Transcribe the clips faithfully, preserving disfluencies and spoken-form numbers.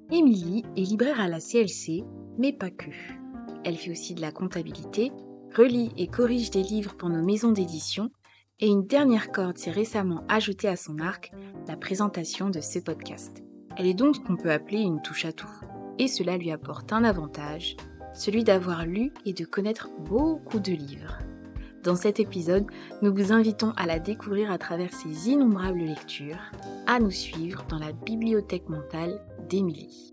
Émilie est libraire à la C L C, mais pas que. Elle fait aussi de la comptabilité, relit et corrige des livres pour nos maisons d'édition, et une dernière corde s'est récemment ajoutée à son arc, la présentation de ce podcast. Elle est donc ce qu'on peut appeler une touche-à-tout. Et cela lui apporte un avantage, celui d'avoir lu et de connaître beaucoup de livres. Dans cet épisode, nous vous invitons à la découvrir à travers ses innombrables lectures, à nous suivre dans la bibliothèque mentale d'Émilie.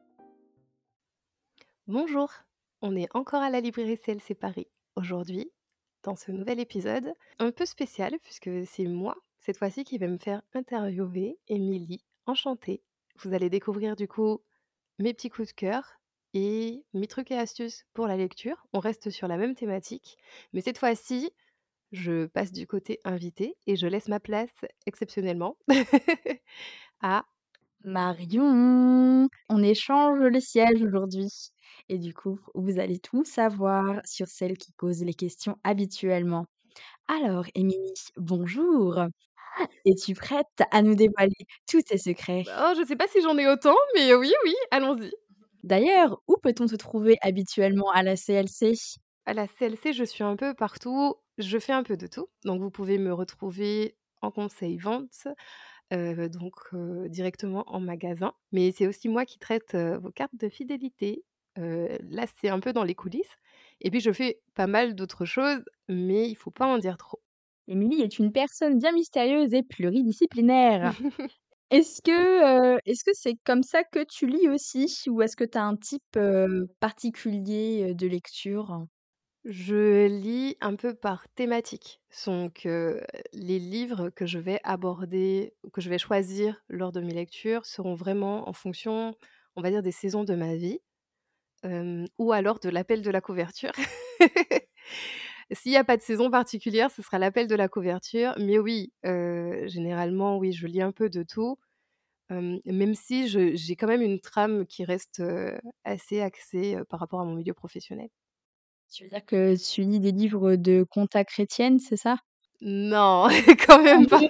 Bonjour, on est encore à la librairie C L C Paris. Aujourd'hui, dans ce nouvel épisode, un peu spécial puisque c'est moi, cette fois-ci, qui vais me faire interviewer Émilie. Enchantée. Vous allez découvrir du coup mes petits coups de cœur et mes trucs et astuces pour la lecture. On reste sur la même thématique, mais cette fois-ci, je passe du côté invité et je laisse ma place exceptionnellement à Marion, on échange le siège aujourd'hui. Et du coup, vous allez tout savoir sur celle qui pose les questions habituellement. Alors, Émilie, bonjour. Es-tu prête à nous dévoiler tous tes secrets? Oh, je sais pas si j'en ai autant, mais oui, oui, allons-y. D'ailleurs, où peut-on te trouver habituellement à la C L C? À la C L C, je suis un peu partout, je fais un peu de tout. Donc vous pouvez me retrouver en conseil vente, heu, donc heu, directement en magasin. Mais c'est aussi moi qui traite, heu, vos cartes de fidélité. Heu, là, c'est un peu dans les coulisses. Et puis je fais pas mal d'autres choses, mais il faut pas en dire trop. Émilie est une personne bien mystérieuse et pluridisciplinaire. Est-ce que, heu, est-ce que c'est comme ça que tu lis aussi? Ou est-ce que tu as un type, heu, particulier, heu, de lecture? Je lis un peu par thématique. Donc, heu, les livres que je vais aborder ou que je vais choisir lors de mes lectures seront vraiment en fonction, on va dire, des saisons de ma vie, hem, ou alors de l'appel de la couverture. S'il y a pas de saison particulière, ce sera l'appel de la couverture. Mais oui, heu, généralement, oui, je lis un peu de tout, hem, même si je j'ai quand même une trame qui reste, heu, assez axée, heu, par rapport à mon milieu professionnel. Tu veux dire que tu lis des livres de compta chrétienne, c'est ça? Non, quand même pas.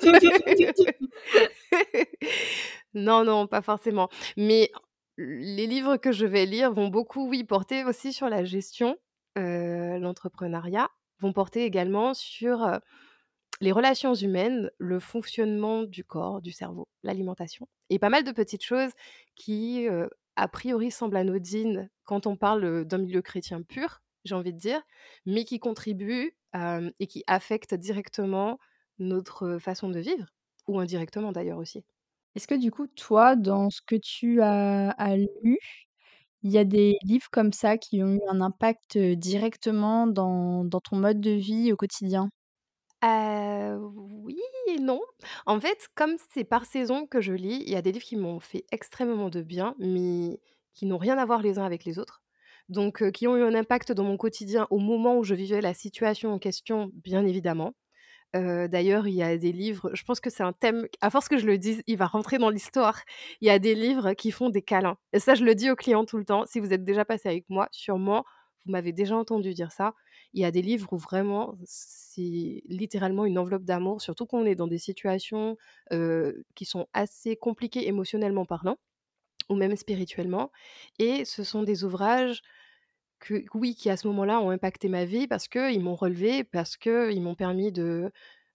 Non, non, pas forcément. Mais les livres que je vais lire vont beaucoup, oui, porter aussi sur la gestion, heu, l'entrepreneuriat, vont porter également sur, heu, les relations humaines, le fonctionnement du corps, du cerveau, l'alimentation et pas mal de petites choses qui, heu, a priori semblent anodines quand on parle, heu, d'un milieu chrétien pur, j'ai envie de dire, mais qui contribuent, hem et qui affectent directement notre façon de vivre ou indirectement d'ailleurs aussi. Est-ce que du coup, toi, dans ce que tu as as lu, il y a des livres comme ça qui ont eu un impact, heu, directement dans dans ton mode de vie au quotidien? Heu, oui et non. En fait, comme c'est par saison que je lis, il y a des livres qui m'ont fait extrêmement de bien, mais qui n'ont rien à voir les uns avec les autres. Donc heu, qui ont eu un impact dans mon quotidien au moment où je vivais la situation en question, bien évidemment. Heu, d'ailleurs, il y a des livres je pense que c'est un thème à force que je le dise, il va rentrer dans l'histoire. Il y a des livres qui font des câlins et ça, je le dis aux clients tout le temps. Si vous êtes déjà passé avec moi, sûrement, vous m'avez déjà entendu dire ça. Il y a des livres où vraiment c'est littéralement une enveloppe d'amour, surtout qu'on est dans des situations, heu, qui sont assez compliquées émotionnellement parlant ou même spirituellement et ce sont des ouvrages que oui, qui à ce moment-là ont impacté ma vie parce qu'ils m'ont relevée, parce qu'ils m'ont permis de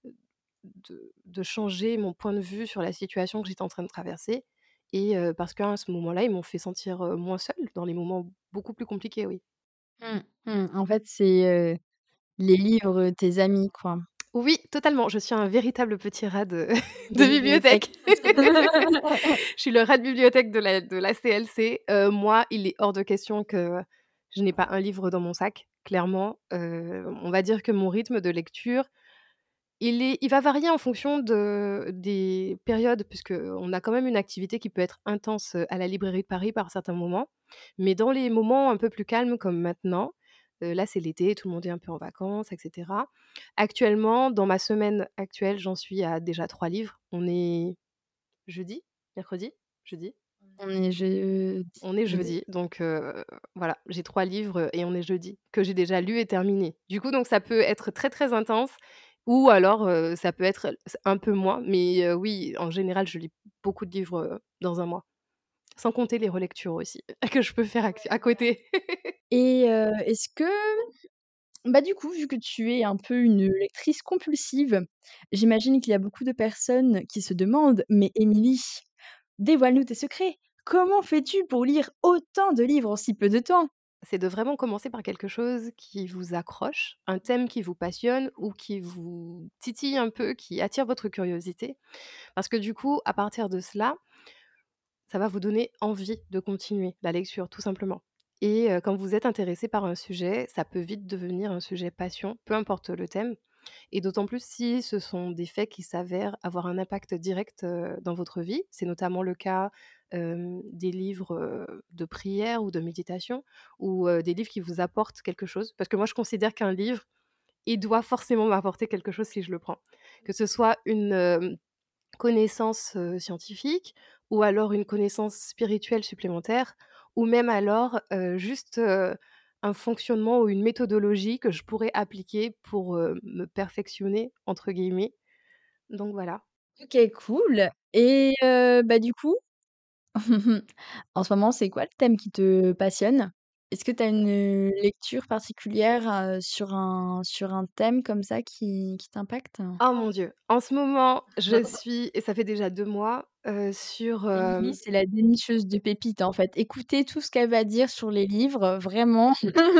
de de changer mon point de vue sur la situation que j'étais en train de traverser et heu, parce qu'à ce moment-là, ils m'ont fait sentir, heu, moins seule dans les moments beaucoup plus compliqués, oui. Mmh, mmh. En fait, c'est, heu, les livres, tes amis, quoi, Oui, totalement, je suis un véritable petit rat de de de bibliothèque. bibliothèque. Je suis le rat de bibliothèque de la de la C L C. Heu, moi, il est hors de question que je n'ai pas un livre dans mon sac, clairement. Heu, on va dire que mon rythme de lecture, Il est il va varier en fonction de des périodes puisqu'on a quand même une activité qui peut être intense, heu, à la librairie de Paris par certains moments. Mais dans les moments un peu plus calmes comme maintenant, heu, là c'est l'été, tout le monde est un peu en vacances et cetera. Actuellement, dans ma semaine actuelle, j'en suis à déjà trois livres. On est jeudi? Mercredi? Jeudi? On est jeudi, On est jeudi. jeudi, donc heu, voilà, j'ai trois livres, et on est jeudi, que j'ai déjà lus et terminés. Du coup, donc ça peut être très, très intense ou alors, heu, ça peut être un peu moins, mais heu, oui, en général, je lis beaucoup de livres, heu, dans un mois. sans compter les relectures aussi que je peux faire à à côté. Et heu, est-ce que bah, du coup, vu que tu es un peu une lectrice compulsive, j'imagine qu'il y a beaucoup de personnes qui se demandent: «Mais Émilie, dévoile-nous tes secrets. Comment fais-tu pour lire autant de livres en si peu de temps?» C'est de vraiment commencer par quelque chose qui vous accroche, un thème qui vous passionne ou qui vous titille un peu, qui attire votre curiosité. Parce que du coup, à partir de cela, ça va vous donner envie de continuer la lecture, tout simplement. Et heu, quand vous êtes intéressé par un sujet, ça peut vite devenir un sujet passion, peu importe le thème. Et d'autant plus si ce sont des faits qui s'avèrent avoir un impact direct, heu, dans votre vie. C'est notamment le cas, hem, des livres, heu, de prière ou de méditation ou, heu, des livres qui vous apportent quelque chose. Parce que moi, je considère qu'un livre, il doit forcément m'apporter quelque chose si je le prends. Que ce soit une, hem, connaissance, heu, scientifique ou alors une connaissance spirituelle supplémentaire ou même alors, heu, juste, heu, un fonctionnement ou une méthodologie que je pourrais appliquer pour, heu, «me perfectionner» entre guillemets. Donc voilà. OK, cool et heu, bah, du coup, en ce moment, c'est quoi le thème qui te passionne? Est-ce que tu as une, lecture particulière, heu, sur un sur un thème comme ça qui qui t'impacte? Oh mon Dieu! En ce moment, je suis et ça fait déjà deux mois, heu, sur, Émilie, hem c'est la dénicheuse de pépites, en fait. Écoutez tout ce qu'elle va dire sur les livres, vraiment.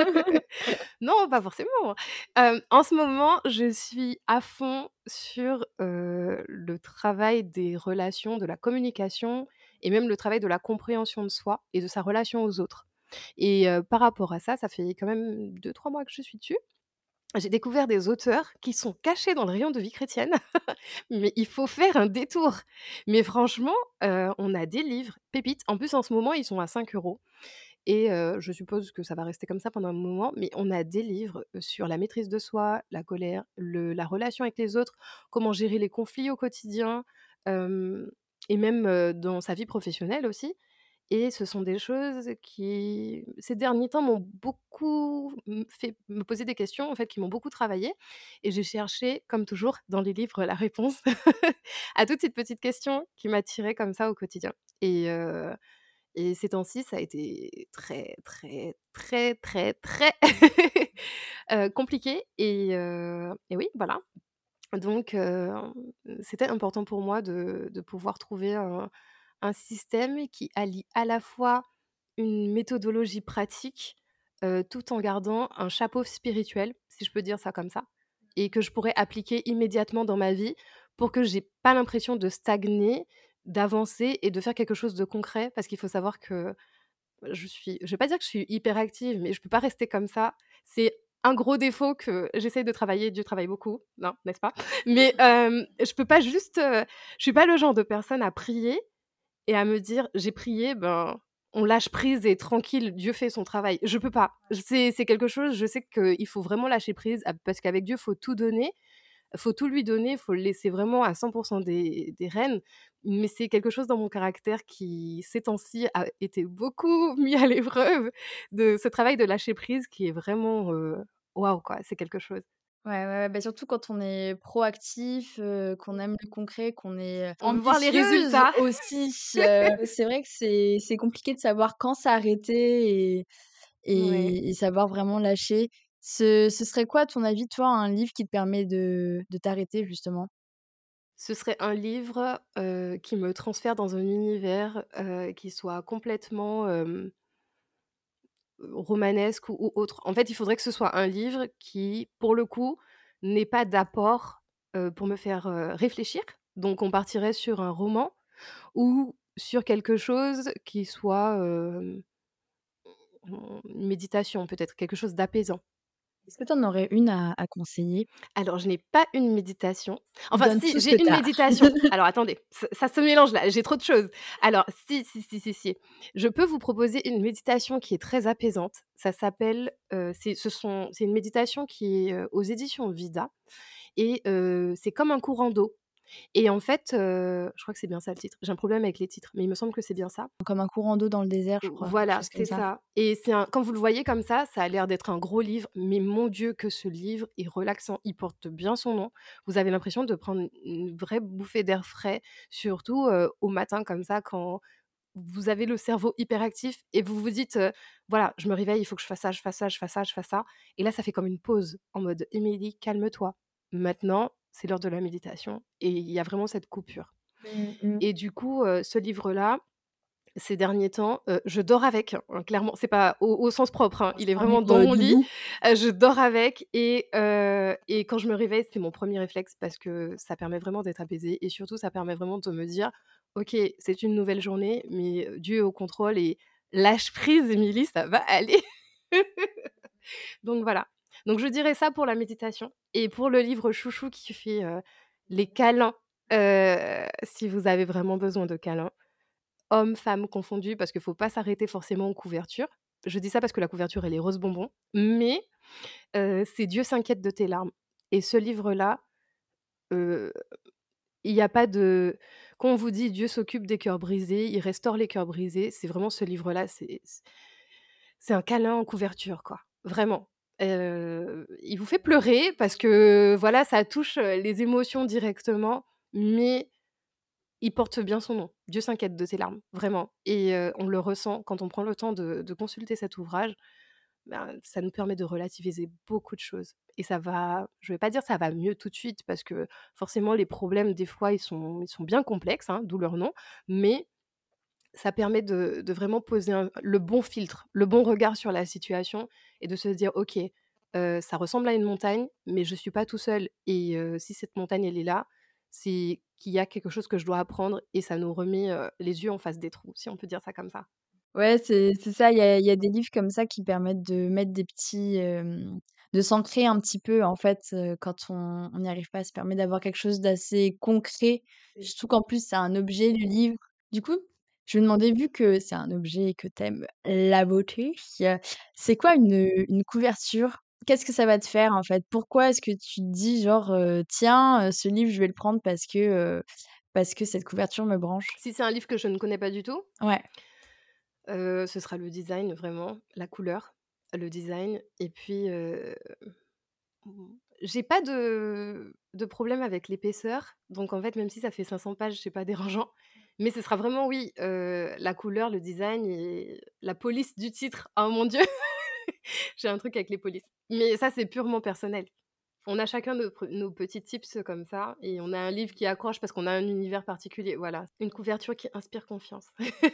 non, pas forcément. Hem, en ce moment, je suis à fond sur, heu, le travail des relations, de la communication et même le travail de la compréhension de soi et de sa relation aux autres. Et heu, par rapport à ça, ça fait quand même deux trois mois que je suis dessus. J'ai découvert des auteurs qui sont cachés dans le rayon de vie chrétienne, mais il faut faire un détour. Mais franchement, heu, on a des livres pépites. En plus, en ce moment, ils sont à cinq euros. Et heu, je suppose que ça va rester comme ça pendant un moment, mais on a des livres, heu, sur la maîtrise de soi, la colère, le la relation avec les autres, comment gérer les conflits au quotidien, hem et même, heu, dans sa vie professionnelle aussi. Et ce sont des choses qui, ces derniers temps, m'ont beaucoup m fait me poser des questions, en fait, qui m'ont beaucoup travaillé. Et j'ai cherché, comme toujours dans les livres, la réponse à toutes ces petites questions qui m'attiraient comme ça au quotidien. Et heu et ces temps-ci, ça a été très, très, très, très, très, heu, compliqué et heu et oui, voilà. Donc heu, c'était important pour moi de de pouvoir trouver un un système qui allie à la fois une méthodologie pratique, heu, tout en gardant un chapeau spirituel, si je peux dire ça comme ça, et que je pourrais appliquer immédiatement dans ma vie pour que j'ai pas l'impression de stagner, d'avancer et de faire quelque chose de concret. Parce qu'il faut savoir que je suis je vais pas dire que je suis hyperactive, mais je peux pas rester comme ça. C'est un gros défaut que j'essaye de travailler. Dieu travaille beaucoup, non, n'est-ce pas? Mais hem, je peux pas juste, heu, je suis pas le genre de personne à prier et à me dire: «J'ai prié, ben, on lâche prise et tranquille, Dieu fait son travail». Je peux pas. C'est c'est quelque chose, je sais qu'il faut vraiment lâcher prise, ah, parce qu'avec Dieu, faut tout donner. Faut tout lui donner, faut le laisser vraiment à cent des des rênes, mais c'est quelque chose dans mon caractère qui, ces temps-ci, a été beaucoup mis à l'épreuve, de ce travail de lâcher prise qui est vraiment, heu, waouh quoi, c'est quelque chose. Ouais, ouais, ouais, bah, surtout quand on est proactif, heu, qu'on aime le concret, qu'on est, heu, On veut voir les ambitieuse résultats. aussi, heu, c'est vrai que c'est c'est compliqué de savoir quand s'arrêter et Ouais. et et savoir vraiment lâcher. Ce ce serait quoi, à ton avis, toi, un livre qui te permet de de t'arrêter justement? Ce serait un livre, heu, qui me transfère dans un univers, heu, qui soit complètement, hem, romanesque ou ou autre. En fait, il faudrait que ce soit un livre qui, pour le coup, n'ait pas d'apport, heu, pour me faire, heu, réfléchir. Donc on partirait sur un roman ou sur quelque chose qui soit, hem, une méditation peut-être, quelque chose d'apaisant. Est-ce que tu en aurais une à à conseiller? Alors, je n'ai pas une méditation. Enfin Donne si, tout ce que j'ai tu une as. méditation. Alors attendez, ça ça se mélange là, j'ai trop de choses. Alors si, si, si, si, si, je peux vous proposer une méditation qui est très apaisante. Ça s'appelle, heu, c'est ce sont c'est une méditation qui est, heu, aux éditions Vida et heu, c'est comme un courant d'eau et en fait, heu, je crois que c'est bien ça le titre. J'ai un problème avec les titres, mais il me semble que c'est bien ça. Comme un courant d'eau dans le désert, je crois, quelque Voilà, chose comme c'est ça. ça et c'est un quand vous le voyez comme ça, ça a l'air d'être un gros livre, mais mon Dieu que ce livre est relaxant. Il porte bien son nom. Vous avez l'impression de prendre une vraie bouffée d'air frais, surtout, heu, au matin comme ça quand vous avez le cerveau hyperactif et vous vous dites, heu: «Voilà, je me réveille, il faut que je fasse ça, je fasse ça, je fasse ça, je fasse ça» et là, ça fait comme une pause en mode: «Émilie, calme-toi. Maintenant, c'est l'heure de la méditation» et il y a vraiment cette coupure Mmh mh. et du coup, heu, ce livre-là, ces derniers temps, heu, je dors avec, hein, clairement. C'est pas au au sens propre, hein, Oh, il c'est est un vraiment dans livre, mon lit, doudou? heu, je dors avec et heu et quand je me réveille, c'est mon premier réflexe parce que ça permet vraiment d'être apaisé et surtout, ça permet vraiment de me dire: «OK, c'est une nouvelle journée, mais heu, Dieu est au contrôle et lâche prise Émilie, ça va aller». Donc voilà. Donc je dirais ça pour la méditation et pour le livre chouchou qui fait, heu, les câlins, heu, si vous avez vraiment besoin de câlins, hommes, femmes confondus, parce qu'il faut pas s'arrêter forcément aux couvertures. Je dis ça parce que la couverture, elle est rose bonbon, mais heu, c'est «Dieu s'inquiète de tes larmes» et ce livre-là, heu, il y a pas de quand on vous dit: «Dieu s'occupe des cœurs brisés, il restaure les cœurs brisés», c'est vraiment ce livre-là, c'est c c'est un câlin en couverture, quoi, vraiment. Heu, il vous fait pleurer parce que, voilà, ça touche, heu, les émotions directement, mais il porte bien son nom. Dieu s'inquiète de tes larmes, vraiment et heu, on le ressent quand on prend le temps de de consulter cet ouvrage, ben, ça nous permet de relativiser beaucoup de choses et ça va je vais pas dire ça va mieux tout de suite parce que forcément les problèmes des fois ils sont ils sont bien complexes, hein, d'où leur nom, mais ça permet de de vraiment poser un le bon filtre, le bon regard sur la situation et de se dire: «OK, heu, ça ressemble à une montagne, mais je suis pas tout seul et heu, si cette montagne, elle est là, c'est qu'il y a quelque chose que je dois apprendre» et ça nous remet, heu, les yeux en face des trous, si on peut dire ça comme ça. Ouais, c'est c'est ça, il y a il y a des livres comme ça qui permettent de mettre des petits, hem, de s'ancrer un petit peu, en fait, heu, quand on on n'y arrive pas. Ça permet d'avoir quelque chose d'assez concret, surtout qu'en plus, c'est un objet, le livre. Du coup, je me demandais, vu que c'est un objet et que tu aimes la beauté, heu, c'est quoi une, une couverture? Qu'est-ce que ça va te faire, en fait? Pourquoi est-ce que tu te dis genre, heu: «Tiens, heu, ce livre, je vais le prendre parce que, heu, parce que cette couverture me branche»? Si c'est un livre que je ne connais pas du tout, Ouais. heu, ce sera le design vraiment, la couleur, le design et puis, heu, mmh, j'ai pas de de problème avec l'épaisseur, donc en fait, même si ça fait cinq cents pages, c'est pas dérangeant. Mais ce sera vraiment oui, heu, la couleur, le design et la police du titre. Oh mon Dieu! J'ai un truc avec les polices. Mais ça, c'est purement personnel. On a chacun nos pre nos petits tips comme ça et on a un livre qui accroche parce qu'on a un univers particulier. Voilà, une couverture qui inspire confiance.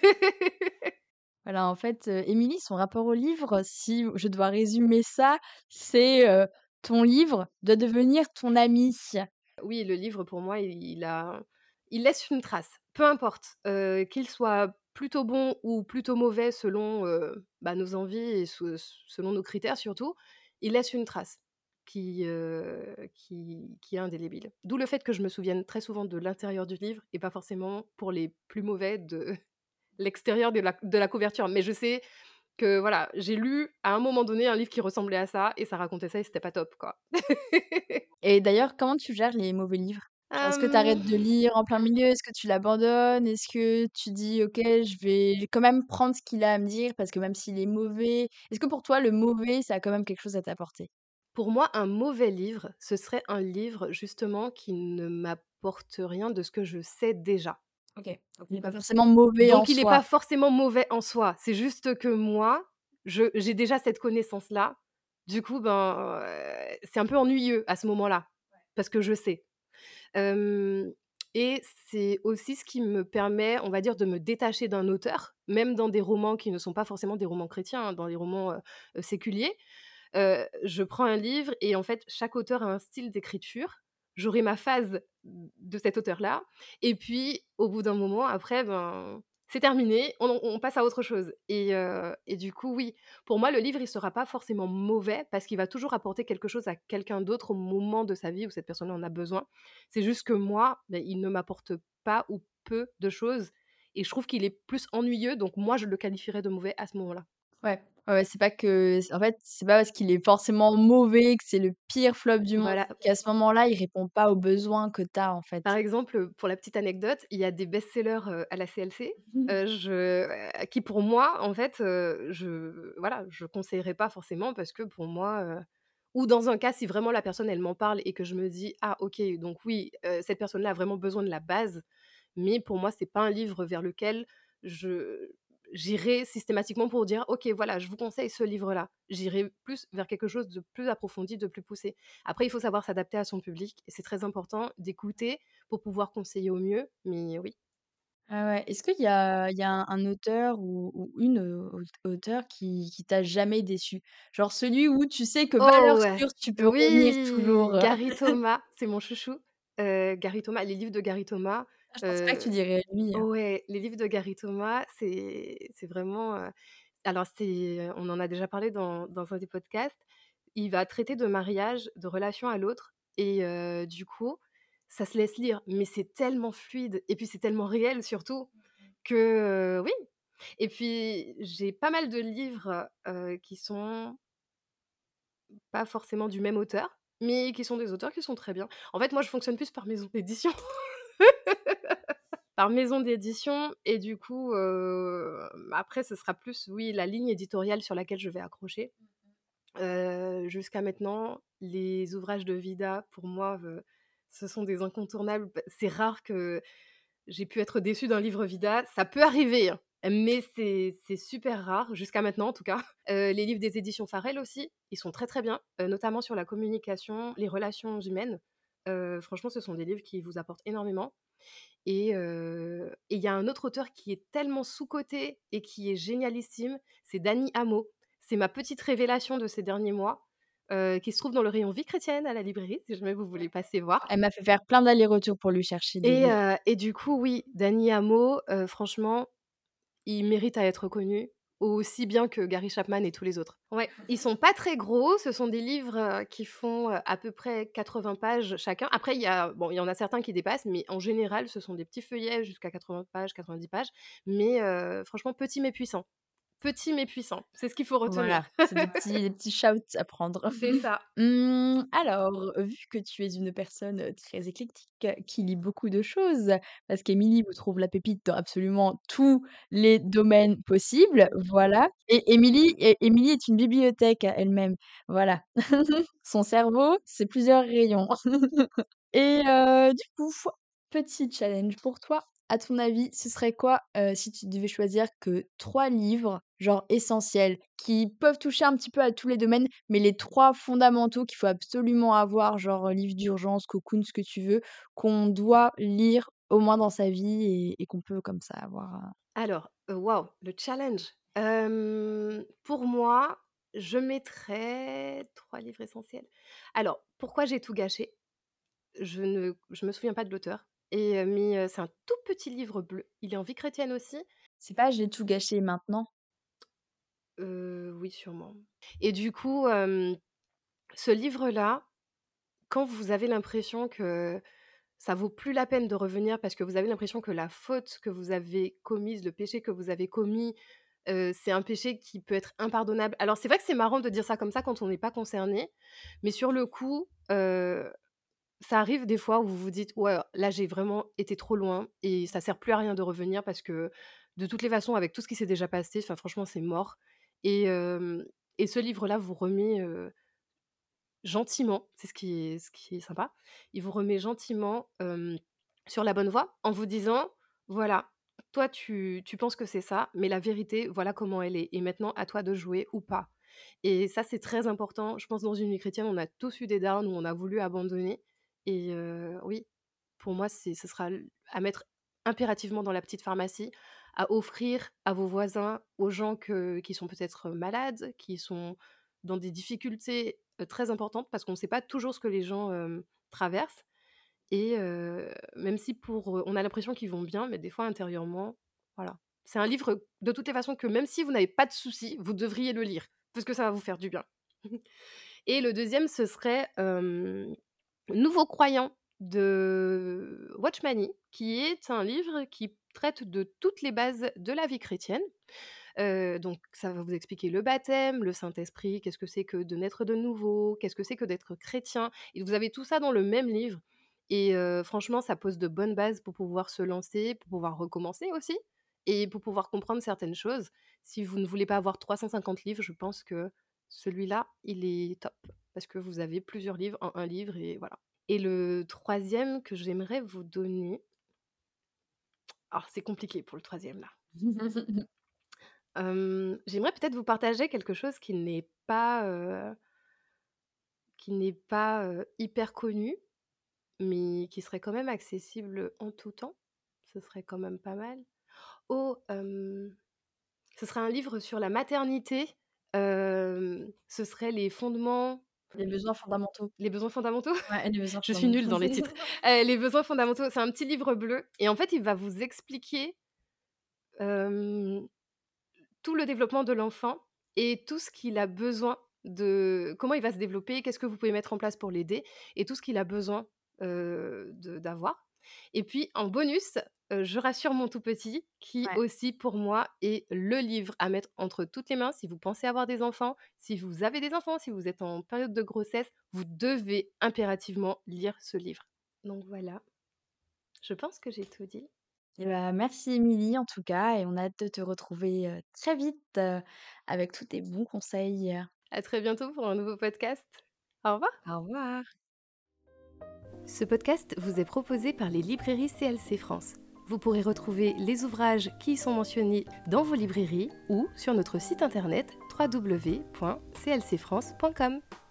Voilà, en fait, heu, Émilie, son rapport au livre, si je dois résumer ça, c'est, heu, ton livre doit devenir ton ami. Oui, le livre pour moi, il il a il laisse une trace. Peu importe, heu, qu'il soit plutôt bon ou plutôt mauvais selon, heu, bah, nos envies et se selon nos critères surtout, il laisse une trace qui, heu, qui qui est indélébile. D'où le fait que je me souvienne très souvent de l'intérieur du livre et pas forcément pour les plus mauvais de l'extérieur de la de la couverture. Mais je sais que voilà, j'ai lu à un moment donné un livre qui ressemblait à ça et ça racontait ça et c'était pas top, quoi. Et d'ailleurs, comment tu gères les mauvais livres? Genre, est-ce que tu Hem arrêtes de lire en plein milieu? Est-ce que tu l'abandonnes? Est-ce que tu dis: «OK, je vais quand même prendre ce qu'il a à me dire parce que même s'il est mauvais», est-ce que pour toi, le mauvais, ça a quand même quelque chose à t'apporter? Pour moi, un mauvais livre, ce serait un livre justement qui ne m'apporte rien de ce que je sais déjà. OK, donc il est pas forcément mauvais en Donc il n'est soi. pas forcément mauvais en soi. C'est juste que moi, je j'ai déjà cette connaissance-là. Du coup, ben, heu, c'est un peu ennuyeux à ce moment-là, parce que je sais. Hem et c'est aussi ce qui me permet, on va dire, de me détacher d'un auteur, même dans des romans qui ne sont pas forcément des romans chrétiens, hein, dans les romans, heu heu, séculiers. Heu, je prends un livre et en fait, chaque auteur a un style d'écriture. J'aurai ma phase de cet auteur-là et puis au bout d'un moment, après, ben, c'est terminé, on on passe à autre chose et heu et du coup, oui, pour moi, le livre, il sera pas forcément mauvais parce qu'il va toujours apporter quelque chose à quelqu'un d'autre au moment de sa vie où cette personne en a besoin. C'est juste que moi, beh, il ne m'apporte pas ou peu de choses et je trouve qu'il est plus ennuyeux, donc moi, je le qualifierais de mauvais à ce moment-là. Ouais, ouais, ouais, c'est pas que en fait, c'est pas parce qu'il est forcément mauvais, que c'est le pire flop du monde, Voilà. c'est qu'à ce moment-là, il répond pas aux besoins que tu as, en fait. Par exemple, pour la petite anecdote, il y a des best-sellers, heu, à la C L C, heu, je heu, qui pour moi, en fait, heu, je voilà, je conseillerais pas forcément parce que pour moi, heu ou dans un cas, si vraiment la personne, elle m'en parle et que je me dis: «Ah OK, donc oui, heu, cette personne-là a vraiment besoin de la base», mais pour moi, c'est pas un livre vers lequel je j'irai systématiquement pour dire: «OK, voilà, je vous conseille ce livre-là». J'irai plus vers quelque chose de plus approfondi, de plus poussé. Après, il faut savoir s'adapter à son public et c'est très important d'écouter pour pouvoir conseiller au mieux, mais oui. Ah ouais. Est-ce qu'il y a il y a un un auteur ou ou une, heu, aut auteure qui qui t'a jamais déçu? Genre celui où tu sais que valeur Oh ouais! sûre, tu peux revenir Oui! toujours, heu? Gary Thomas, c'est mon chouchou. Heu, Gary Thomas, les livres de Gary Thomas, Ah, je pensais pas que tu heu dirais lui, hein. ouais, les livres de Gary Thomas, c'est c'est vraiment, heu alors c'est on en a déjà parlé dans dans un des podcasts. Il va traiter de mariage, de relation à l'autre et heu, du coup, ça se laisse lire, mais c'est tellement fluide et puis c'est tellement réel surtout que, heu, oui. Et puis j'ai pas mal de livres, heu, qui sont pas forcément du même auteur, mais qui sont des auteurs qui sont très bien. En fait, moi, je fonctionne plus par maison d'édition. Par maison d'édition et du coup, heu, après ce sera plus, oui, la ligne éditoriale sur laquelle je vais accrocher. Heu, jusqu'à maintenant, les ouvrages de Vida, pour moi, heu, ce sont des incontournables. P c'est rare que j'ai pu être déçue d'un livre Vida. Ça peut arriver, hein, mais c'est c'est super rare, jusqu'à maintenant en tout cas. Heu, les livres des éditions Farel aussi, ils sont très, très bien, heu, notamment sur la communication, les relations humaines. Heu, franchement, ce sont des livres qui vous apportent énormément et heu et il y a un autre auteur qui est tellement sous-coté et qui est génialissime, c'est Dany Hameau. C'est ma petite révélation de ces derniers mois, heu, qui se trouve dans le rayon vie chrétienne à la librairie, si jamais vous voulez passer voir. Elle m'a fait faire plein d'allers-retours pour lui chercher des Et livres. heu et du coup, oui, Dany Hameau, heu, franchement, il mérite à être connu, aussi bien que Gary Chapman et tous les autres. Ouais, ils sont pas très gros, ce sont des livres, heu, qui font, heu, à peu près quatre-vingts pages chacun. Après, il y a bon, il y en a certains qui dépassent, mais en général, ce sont des petits feuillets jusqu'à quatre-vingts pages, quatre-vingt-dix pages, mais heu, franchement, petit mais puissant. Petit mais puissant, c'est ce qu'il faut Voilà, retenir. c'est des petits des petits shouts à prendre. C'est ça. Mmh, alors, vu que tu es une personne, heu, très éclectique, euh, qui lit beaucoup de choses, parce qu'Émilie vous trouve la pépite dans absolument tous les domaines possibles, voilà. Et Émilie et Émilie est une bibliothèque à elle-même, voilà. Son cerveau, c'est plusieurs rayons. Et heu, du coup, petit challenge pour toi. À ton avis, ce serait quoi, heu, si tu devais choisir que trois livres, genre essentiels, qui peuvent toucher un petit peu à tous les domaines, mais les trois fondamentaux qu'il faut absolument avoir, genre, heu, livre d'urgence, Cocoon, ce que tu veux, qu'on doit lire au moins dans sa vie et et qu'on peut comme ça avoir, heu Alors, heu, waouh, le challenge! Hem, pour moi, je mettrais trois livres essentiels. Alors, pourquoi j'ai tout gâché? Je ne je me souviens pas de l'auteur et heu, mais heu, c'est un tout petit livre bleu. Il est en vie chrétienne aussi. c'est pas «J'ai tout gâché maintenant». Heu, oui, sûrement et du coup, hem, ce livre-là, quand vous avez l'impression que ça vaut plus la peine de revenir parce que vous avez l'impression que la faute que vous avez commise, le péché que vous avez commis, heu, c'est un péché qui peut être impardonnable. Alors c'est vrai que c'est marrant de dire ça comme ça quand on n'est pas concerné, mais sur le coup, heu, ça arrive des fois où vous vous dites: «Ouais, là j'ai vraiment été trop loin et ça sert plus à rien de revenir parce que de toutes les façons avec tout ce qui s'est déjà passé, enfin franchement c'est mort» et hem et ce livre-là vous remet, heu, gentiment, c'est ce qui est ce qui est sympa, il vous remet gentiment, hem, sur la bonne voie en vous disant: «Voilà, toi tu tu penses que c'est ça, mais la vérité, voilà comment elle est et maintenant à toi de jouer ou pas» et ça, c'est très important. Je pense dans une vie chrétienne, on a tous eu des downs où on a voulu abandonner et heu, oui, pour moi, c'est ce sera l à mettre impérativement dans la petite pharmacie, à offrir à vos voisins, aux gens que qui sont peut-être malades, qui sont dans des difficultés, heu, très importantes parce qu'on ne sait pas toujours ce que les gens, hem, traversent et heu, même si pour, eux on a l'impression qu'ils vont bien, mais des fois intérieurement, voilà. C'est un livre, de toutes les façons, que même si vous n'avez pas de soucis, vous devriez le lire parce que ça va vous faire du bien. Et le deuxième, ce serait, hem, Nouveaux croyants de Watchmani, qui est un livre qui traite de toutes les bases de la vie chrétienne. Heu, donc ça va vous expliquer le baptême, le Saint-Esprit, qu'est-ce que c'est que de naître de nouveau, qu'est-ce que c'est que d'être chrétien et vous avez tout ça dans le même livre et heu, franchement, ça pose de bonnes bases pour pouvoir se lancer, pour pouvoir recommencer aussi et pour pouvoir comprendre certaines choses. Si vous ne voulez pas avoir trois cent cinquante livres, je pense que celui-là, il est top parce que vous avez plusieurs livres en un livre et voilà. Et le troisième que j'aimerais vous donner, alors c'est compliqué pour le troisième là. Hem, j'aimerais peut-être vous partager quelque chose qui n'est pas, heu, qui n'est pas, heu, hyper connu, mais qui serait quand même accessible en tout temps. Ce serait quand même pas mal. Oh, hem, ce serait un livre sur la maternité, hem, ce serait les fondements Les besoins fondamentaux. les besoins fondamentaux? Ouais, les besoins Je suis nulle fondamentaux. dans les titres. Heu, les besoins fondamentaux, c'est un petit livre bleu et en fait, il va vous expliquer, hem, tout le développement de l'enfant et tout ce qu'il a besoin de comment il va se développer, qu'est-ce que vous pouvez mettre en place pour l'aider et tout ce qu'il a besoin, heu, de d'avoir et puis en bonus, heu, je rassure mon tout petit qui Ouais. aussi pour moi est le livre à mettre entre toutes les mains si vous pensez avoir des enfants, si vous avez des enfants, si vous êtes en période de grossesse, vous devez impérativement lire ce livre. Donc voilà, je pense que j'ai tout dit. Et bah, merci Émilie en tout cas et on a hâte de te retrouver, heu, très vite, heu, avec tous tes bons conseils. À très bientôt pour un nouveau podcast. Au revoir. Au revoir. Ce podcast vous est proposé par les librairies C L C France. Vous pourrez retrouver les ouvrages qui y sont mentionnés dans vos librairies ou sur notre site internet w w w point c l c france point com.